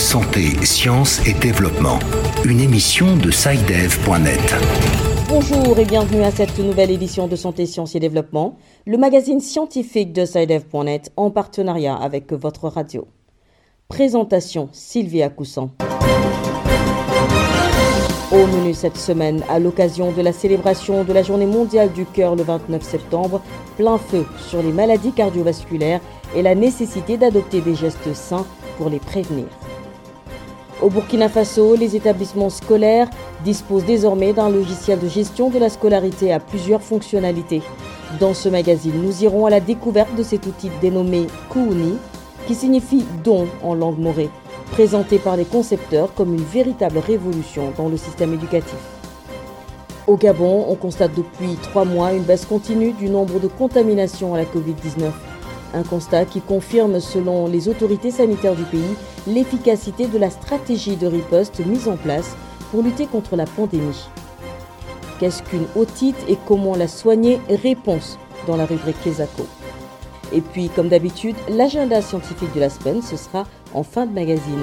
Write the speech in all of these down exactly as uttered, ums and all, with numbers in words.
Santé, sciences et développement. Une émission de SciDev point net. Bonjour et bienvenue à cette nouvelle édition de Santé, sciences et développement, le magazine scientifique de SciDev point net en partenariat avec votre radio. Présentation Sylvia Coussan. Au menu cette semaine, à l'occasion de la célébration de la Journée mondiale du cœur le vingt-neuf septembre, plein feu sur les maladies cardiovasculaires et la nécessité d'adopter des gestes sains pour les prévenir. Au Burkina Faso, les établissements scolaires disposent désormais d'un logiciel de gestion de la scolarité à plusieurs fonctionnalités. Dans ce magazine, nous irons à la découverte de cet outil dénommé Kouni, qui signifie don en langue morée, présenté par les concepteurs comme une véritable révolution dans le système éducatif. Au Gabon, on constate depuis trois mois une baisse continue du nombre de contaminations à la covid dix-neuf. Un constat qui confirme, selon les autorités sanitaires du pays, l'efficacité de la stratégie de riposte mise en place pour lutter contre la pandémie. Qu'est-ce qu'une otite et comment la soigner? Réponse dans la rubrique Kesako. Et puis, comme d'habitude, l'agenda scientifique de la semaine, ce sera en fin de magazine.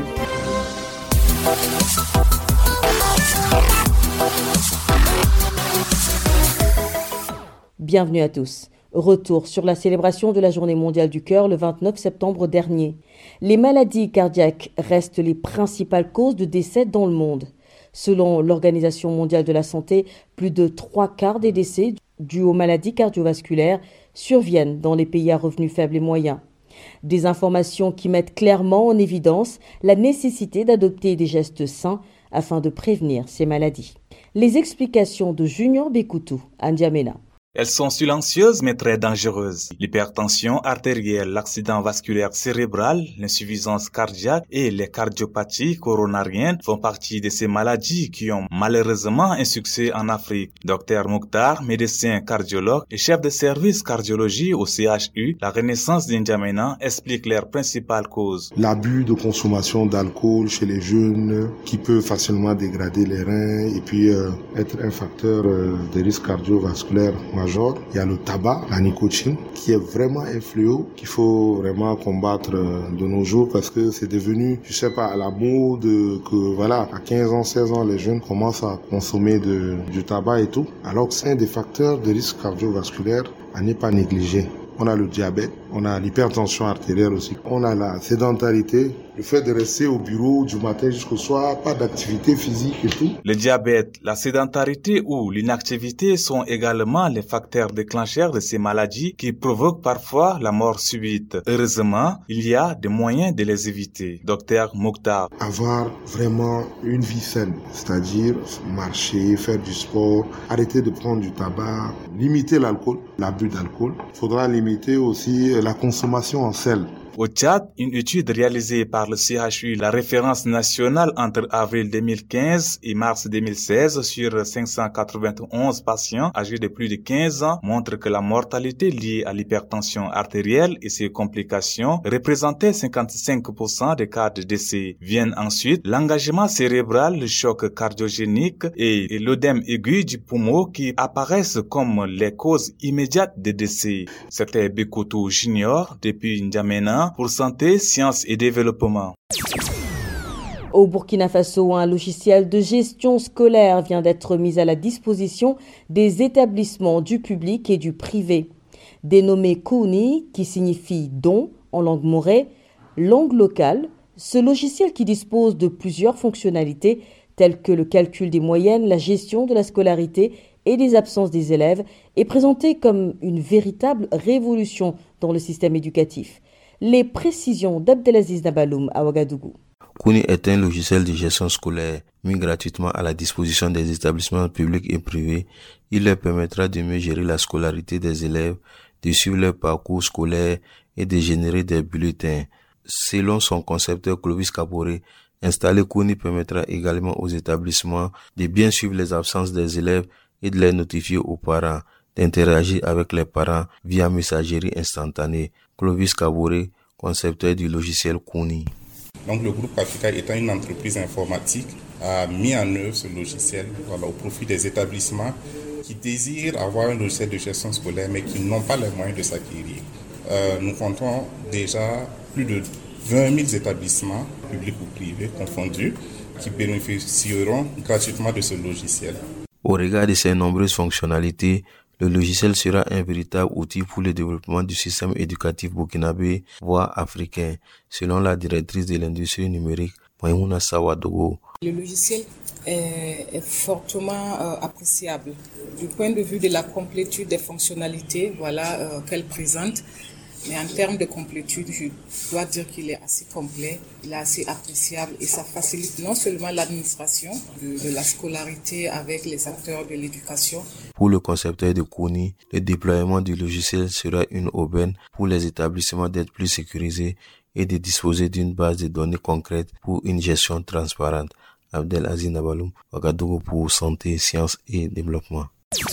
Bienvenue à tous. Retour sur la célébration de la Journée mondiale du cœur le vingt-neuf septembre dernier. Les maladies cardiaques restent les principales causes de décès dans le monde. Selon l'Organisation mondiale de la santé, plus de trois quarts des décès dus aux maladies cardiovasculaires surviennent dans les pays à revenus faibles et moyens. Des informations qui mettent clairement en évidence la nécessité d'adopter des gestes sains afin de prévenir ces maladies. Les explications de Junior Bekoutou à N'Djamena. Elles sont silencieuses mais très dangereuses. L'hypertension artérielle, l'accident vasculaire cérébral, l'insuffisance cardiaque et les cardiopathies coronariennes font partie de ces maladies qui ont malheureusement un succès en Afrique. Docteur Mokhtar, médecin cardiologue et chef de service cardiologie au C H U, la Renaissance d'N'Djamena explique leurs principales causes. L'abus de consommation d'alcool chez les jeunes qui peut facilement dégrader les reins et puis euh, être un facteur euh, de risque cardiovasculaire majeur. Il y a le tabac, la nicotine, qui est vraiment un fléau qu'il faut vraiment combattre de nos jours parce que c'est devenu, je sais pas, à la mode que voilà, à quinze ans, seize ans, les jeunes commencent à consommer de, du tabac et tout. Alors que c'est un des facteurs de risque cardiovasculaire à ne pas négliger. On a le diabète, on a l'hypertension artérielle aussi, on a la sédentarité, le fait de rester au bureau du matin jusqu'au soir, pas d'activité physique et tout. Le diabète, la sédentarité ou l'inactivité sont également les facteurs déclencheurs de ces maladies qui provoquent parfois la mort subite. Heureusement, il y a des moyens de les éviter. Docteur Mokhtar. Avoir vraiment une vie saine, c'est-à-dire marcher, faire du sport, arrêter de prendre du tabac, limiter l'alcool, l'abus d'alcool. Il faudra limiter aussi la consommation en sel. Au Tchad, une étude réalisée par le C H U, la référence nationale entre avril deux mille quinze et mars deux mille seize sur cinq cent quatre-vingt-onze patients âgés de plus de quinze ans, montre que la mortalité liée à l'hypertension artérielle et ses complications représentait cinquante-cinq pour cent des cas de décès. Viennent ensuite l'engagement cérébral, le choc cardiogénique et l'œdème aigu du poumon qui apparaissent comme les causes immédiates des décès. C'était Bekoutou Junior depuis N'Djamena pour Santé, Sciences et Développement. Au Burkina Faso, un logiciel de gestion scolaire vient d'être mis à la disposition des établissements du public et du privé. Dénommé Kouni, qui signifie don en langue morée, langue locale, ce logiciel qui dispose de plusieurs fonctionnalités telles que le calcul des moyennes, la gestion de la scolarité et des absences des élèves est présenté comme une véritable révolution dans le système éducatif. Les précisions d'Abdelaziz Nabaloum à Ouagadougou. Kouni est un logiciel de gestion scolaire mis gratuitement à la disposition des établissements publics et privés. Il leur permettra de mieux gérer la scolarité des élèves, de suivre leur parcours scolaire et de générer des bulletins. Selon son concepteur Clovis Kaboré, installer Kouni permettra également aux établissements de bien suivre les absences des élèves et de les notifier aux parents, d'interagir avec les parents via messagerie instantanée. Clovis Kaboré, concepteur du logiciel Kouni. Donc le groupe Africa étant une entreprise informatique a mis en œuvre ce logiciel voilà, au profit des établissements qui désirent avoir un logiciel de gestion scolaire mais qui n'ont pas les moyens de s'acquérir. Euh, nous comptons déjà plus de vingt mille établissements publics ou privés confondus, qui bénéficieront gratuitement de ce logiciel. Au regard de ses nombreuses fonctionnalités, le logiciel sera un véritable outil pour le développement du système éducatif burkinabé, voire africain, selon la directrice de l'industrie numérique, Maïmouna Sawadogo. Le logiciel est, est fortement euh, appréciable du point de vue de la complétude des fonctionnalités, voilà, euh, qu'elle présente. Mais en termes de complétude, je dois dire qu'il est assez complet, il est assez appréciable et ça facilite non seulement l'administration de, de la scolarité avec les acteurs de l'éducation. Pour le concepteur de Kouni, le déploiement du logiciel sera une aubaine pour les établissements d'être plus sécurisés et de disposer d'une base de données concrète pour une gestion transparente. Abdelaziz Nabaloum, Ouagadougou pour Santé, Sciences et Développement.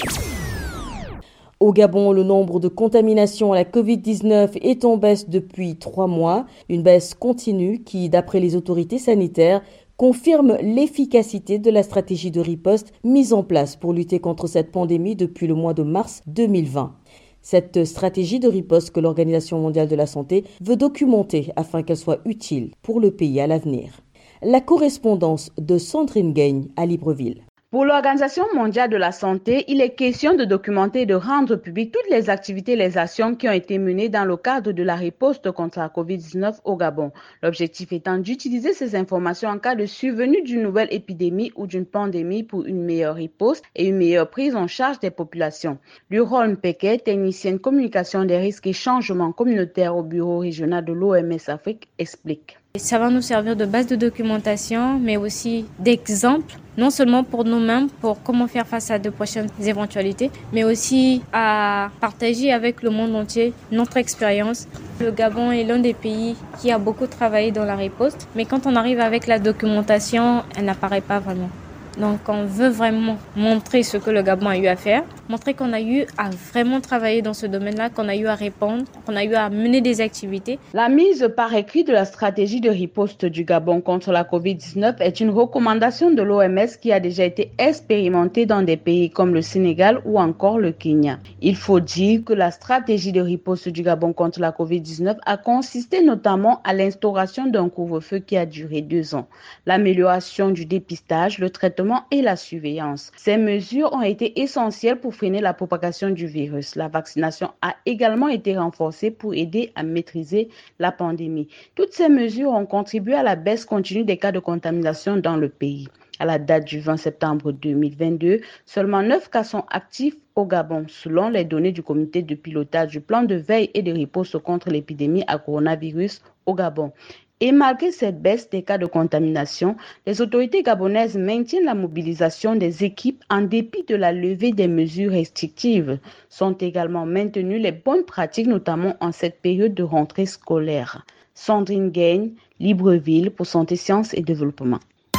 Au Gabon, le nombre de contaminations à la covid dix-neuf est en baisse depuis trois mois. Une baisse continue qui, d'après les autorités sanitaires, confirme l'efficacité de la stratégie de riposte mise en place pour lutter contre cette pandémie depuis le mois de mars deux mille vingt. Cette stratégie de riposte que l'Organisation mondiale de la santé veut documenter afin qu'elle soit utile pour le pays à l'avenir. La correspondance de Sandrine Gagne à Libreville. Pour l'Organisation mondiale de la santé, il est question de documenter et de rendre publiques toutes les activités et les actions qui ont été menées dans le cadre de la riposte contre la covid dix-neuf au Gabon. L'objectif étant d'utiliser ces informations en cas de survenue d'une nouvelle épidémie ou d'une pandémie pour une meilleure riposte et une meilleure prise en charge des populations. Luron Peke, technicienne communication des risques et changements communautaires au bureau régional de l'O M S Afrique, explique. Ça va nous servir de base de documentation, mais aussi d'exemple, non seulement pour nous-mêmes, pour comment faire face à de prochaines éventualités, mais aussi à partager avec le monde entier notre expérience. Le Gabon est l'un des pays qui a beaucoup travaillé dans la riposte, mais quand on arrive avec la documentation, elle n'apparaît pas vraiment. Donc on veut vraiment montrer ce que le Gabon a eu à faire, montrer qu'on a eu à vraiment travailler dans ce domaine-là, qu'on a eu à répondre, qu'on a eu à mener des activités. La mise par écrit de la stratégie de riposte du Gabon contre la covid dix-neuf est une recommandation de l'O M S qui a déjà été expérimentée dans des pays comme le Sénégal ou encore le Kenya. Il faut dire que la stratégie de riposte du Gabon contre la covid dix-neuf a consisté notamment à l'instauration d'un couvre-feu qui a duré deux ans, l'amélioration du dépistage, le traitement et la surveillance. Ces mesures ont été essentielles pour freiner la propagation du virus. La vaccination a également été renforcée pour aider à maîtriser la pandémie. Toutes ces mesures ont contribué à la baisse continue des cas de contamination dans le pays. À la date du vingt septembre deux mille vingt-deux, seulement neuf cas sont actifs au Gabon, selon les données du comité de pilotage du plan de veille et de riposte contre l'épidémie à coronavirus au Gabon. Et malgré cette baisse des cas de contamination, les autorités gabonaises maintiennent la mobilisation des équipes en dépit de la levée des mesures restrictives. Sont également maintenues les bonnes pratiques, notamment en cette période de rentrée scolaire. Sandrine Gagne, Libreville pour Santé, Sciences et Développement.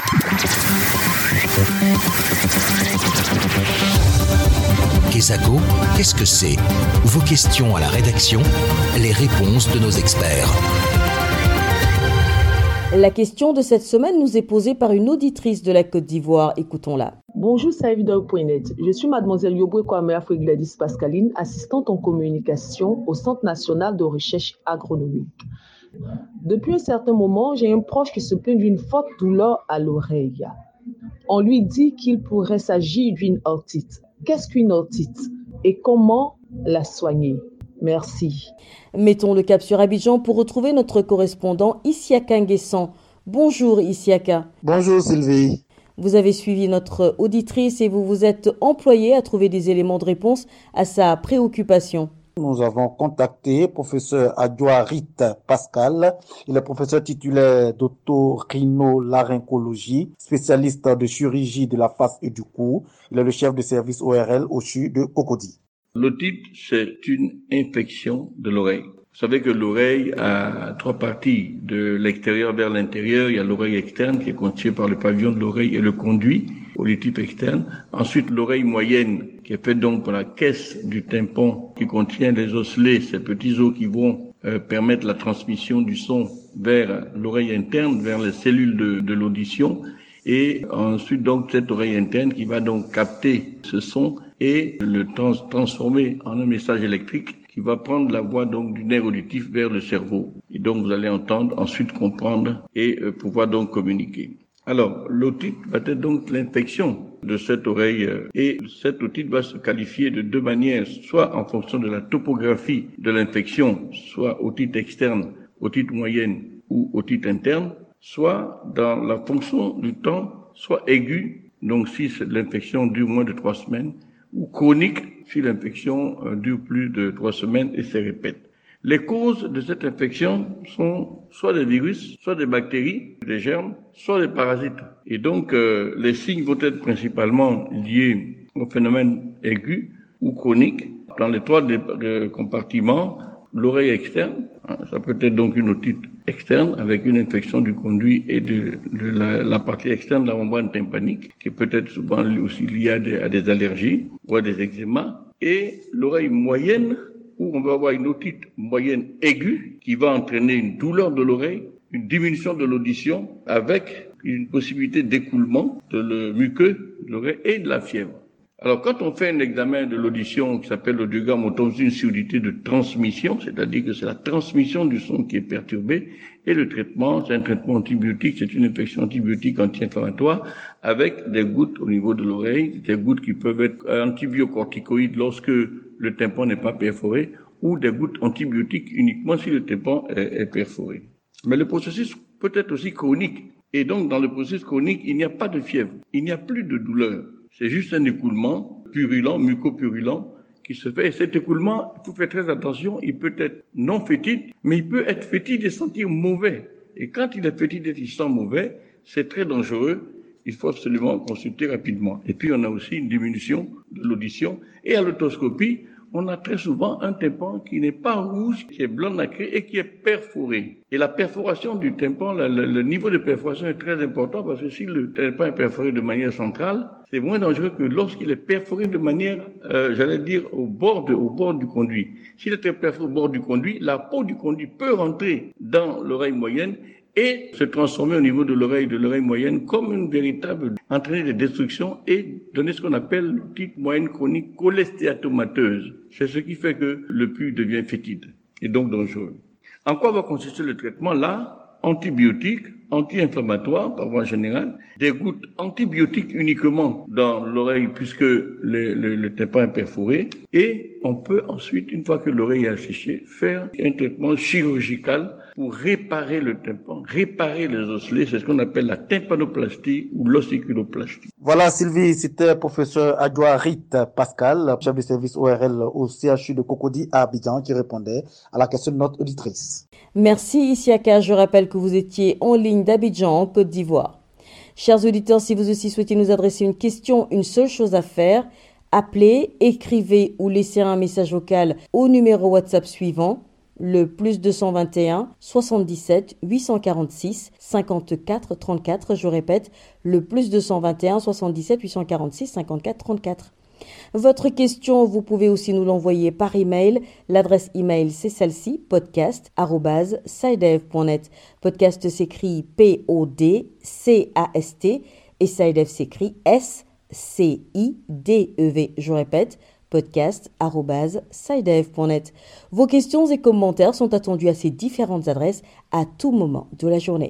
Kesako, qu'est-ce que c'est? Vos questions à la rédaction, les réponses de nos experts. La question de cette semaine nous est posée par une auditrice de la Côte d'Ivoire. Écoutons-la. Bonjour, c'est Evidor point net. Je suis mademoiselle Yobwe Kwame Afri Gladys Pascaline, assistante en communication au Centre national de recherche agronomique. Depuis un certain moment, j'ai un proche qui se plaint d'une forte douleur à l'oreille. On lui dit qu'il pourrait s'agir d'une otite. Qu'est-ce qu'une otite et comment la soigner? Merci. Mettons le cap sur Abidjan pour retrouver notre correspondant Isiaka Nguessan. Bonjour Isiaka. Bonjour Sylvie. Vous avez suivi notre auditrice et vous vous êtes employé à trouver des éléments de réponse à sa préoccupation. Nous avons contacté professeur Adjoarit Pascal. Il est professeur titulaire d'otorhinolaryngologie, spécialiste de chirurgie de la face et du cou. Il est le chef de service O R L au C H U de Cocody. L'otite, c'est une infection de l'oreille. Vous savez que l'oreille a trois parties, de l'extérieur vers l'intérieur. Il y a l'oreille externe qui est constituée par le pavillon de l'oreille et le conduit au type externe. Ensuite, l'oreille moyenne qui est faite donc par la caisse du tympan qui contient les osselets, ces petits os qui vont euh, permettre la transmission du son vers l'oreille interne, vers les cellules de, de l'audition. Et ensuite, donc, cette oreille interne qui va donc capter ce son et le trans- transformer en un message électrique qui va prendre la voie donc du nerf auditif vers le cerveau. Et donc vous allez entendre, ensuite comprendre et euh, pouvoir donc communiquer. Alors, l'otite va être donc l'infection de cette oreille et cette otite va se qualifier de deux manières, soit en fonction de la topographie de l'infection, soit otite externe, otite moyenne ou otite interne, soit dans la fonction du temps, soit aiguë, donc si l'infection dure moins de trois semaines, ou chronique si l'infection dure plus de trois semaines et se répète. Les causes de cette infection sont soit des virus, soit des bactéries, des germes, soit des parasites. Et donc, euh, les signes vont être principalement liés au phénomène aigu ou chronique. Dans les trois euh, compartiments, l'oreille externe, hein, ça peut être donc une otite externe avec une infection du conduit et de, de la, la partie externe de la membrane tympanique, qui peut être souvent aussi liée à des, à des allergies ou à des eczémas. Et l'oreille moyenne, où on va avoir une otite moyenne aiguë qui va entraîner une douleur de l'oreille, une diminution de l'audition avec une possibilité d'écoulement de le muqueux de l'oreille et de la fièvre. Alors quand on fait un examen de l'audition qui s'appelle l'audiogramme, on tombe sur une surdité de transmission, c'est-à-dire que c'est la transmission du son qui est perturbée, et le traitement, c'est un traitement antibiotique, c'est une infection antibiotique anti-inflammatoire avec des gouttes au niveau de l'oreille, des gouttes qui peuvent être antibiocorticoïdes lorsque le tympan n'est pas perforé, ou des gouttes antibiotiques uniquement si le tympan est, est perforé. Mais le processus peut être aussi chronique. Et donc, dans le processus chronique, il n'y a pas de fièvre, il n'y a plus de douleur. C'est juste un écoulement purulent, muco-purulent, qui se fait. Et cet écoulement, il faut faire très attention, il peut être non fétide, mais il peut être fétide et sentir mauvais. Et quand il est fétide et il sent mauvais, c'est très dangereux. Il faut absolument consulter rapidement. Et puis, on a aussi une diminution de l'audition. Et à l'autoscopie, on a très souvent un tympan qui n'est pas rouge, qui est blanc nacré et qui est perforé. Et la perforation du tympan, le, le, le niveau de perforation est très important parce que si le tympan est perforé de manière centrale, c'est moins dangereux que lorsqu'il est perforé de manière, euh, j'allais dire, au bord, de, au bord du conduit. S'il est perforé au bord du conduit, la peau du conduit peut rentrer dans l'oreille moyenne et se transformer au niveau de l'oreille, de l'oreille moyenne comme une véritable entraîner des destructions et donner ce qu'on appelle l'otite moyenne chronique cholestéatomateuse. C'est ce qui fait que le pus devient fétide et donc dangereux. En quoi va consister le traitement là? Antibiotiques, anti-inflammatoires par voie générale, des gouttes antibiotiques uniquement dans l'oreille puisque le, le, le tympan est perforé et on peut ensuite, une fois que l'oreille est asséchée, faire un traitement chirurgical pour réparer le tympan, réparer les osselets, c'est ce qu'on appelle la tympanoplastie ou l'ossiculoplastie. Voilà Sylvie, c'était professeur Adjoarit Pascal, chef de service O R L au C H U de Cocody à Abidjan, qui répondait à la question de notre auditrice. Merci Isiaka, je rappelle que vous étiez en ligne d'Abidjan en Côte d'Ivoire. Chers auditeurs, si vous aussi souhaitez nous adresser une question, une seule chose à faire, appelez, écrivez ou laissez un message vocal au numéro WhatsApp suivant, le plus deux cent vingt et un soixante-dix-sept huit cent quarante-six cinquante-quatre trente-quatre, je répète, le plus deux cent vingt et un soixante-dix-sept huit cent quarante-six cinquante-quatre trente-quatre. Votre question, vous pouvez aussi nous l'envoyer par email. L'adresse email, c'est celle-ci, podcast arobase sidev point net. Podcast s'écrit P O D C A S T et Sidev s'écrit S C I D E V. Je répète, podcast arobase sidev point net. Vos questions et commentaires sont attendus à ces différentes adresses à tout moment de la journée.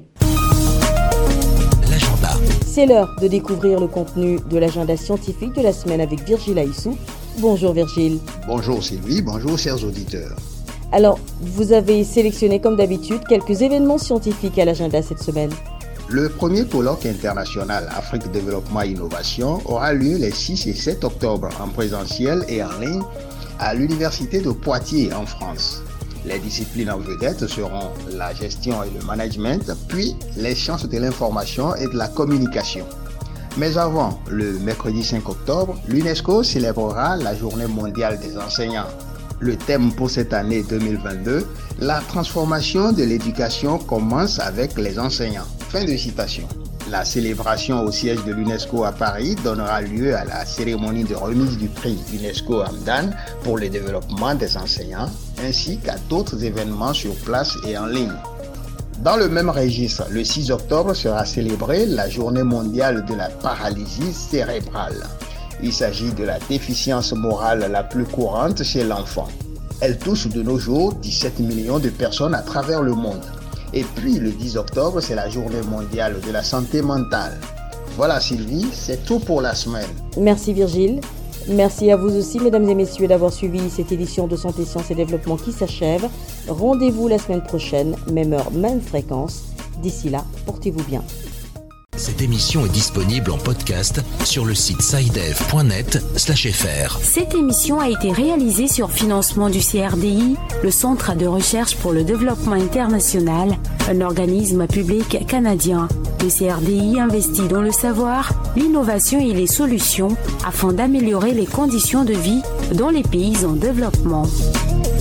L'agenda. C'est l'heure de découvrir le contenu de l'agenda scientifique de la semaine avec Virgile Aissou. Bonjour Virgile. Bonjour Sylvie, bonjour chers auditeurs. Alors, vous avez sélectionné comme d'habitude quelques événements scientifiques à l'agenda cette semaine. Le premier colloque international Afrique Développement Innovation aura lieu les six et sept octobre en présentiel et en ligne à l'Université de Poitiers en France. Les disciplines en vedette seront la gestion et le management, puis les sciences de l'information et de la communication. Mais avant, le mercredi cinq octobre, l'UNESCO célébrera la Journée mondiale des enseignants. Le thème pour cette année deux mille vingt-deux, la transformation de l'éducation commence avec les enseignants. Fin de citation. La célébration au siège de l'UNESCO à Paris donnera lieu à la cérémonie de remise du prix UNESCO Hamdan pour le développement des enseignants, ainsi qu'à d'autres événements sur place et en ligne. Dans le même registre, le six octobre sera célébrée la Journée mondiale de la paralysie cérébrale. Il s'agit de la déficience morale la plus courante chez l'enfant. Elle touche de nos jours dix-sept millions de personnes à travers le monde. Et puis le dix octobre, c'est la journée mondiale de la santé mentale. Voilà Sylvie, c'est tout pour la semaine. Merci Virgile. Merci à vous aussi, mesdames et messieurs, d'avoir suivi cette édition de Santé, Sciences et Développement qui s'achève. Rendez-vous la semaine prochaine, même heure, même fréquence. D'ici là, portez-vous bien. Cette émission est disponible en podcast sur le site scidev point net slash f r. Cette émission a été réalisée sur financement du C R D I, le Centre de recherche pour le développement international, un organisme public canadien. Le C R D I investit dans le savoir, l'innovation et les solutions afin d'améliorer les conditions de vie dans les pays en développement.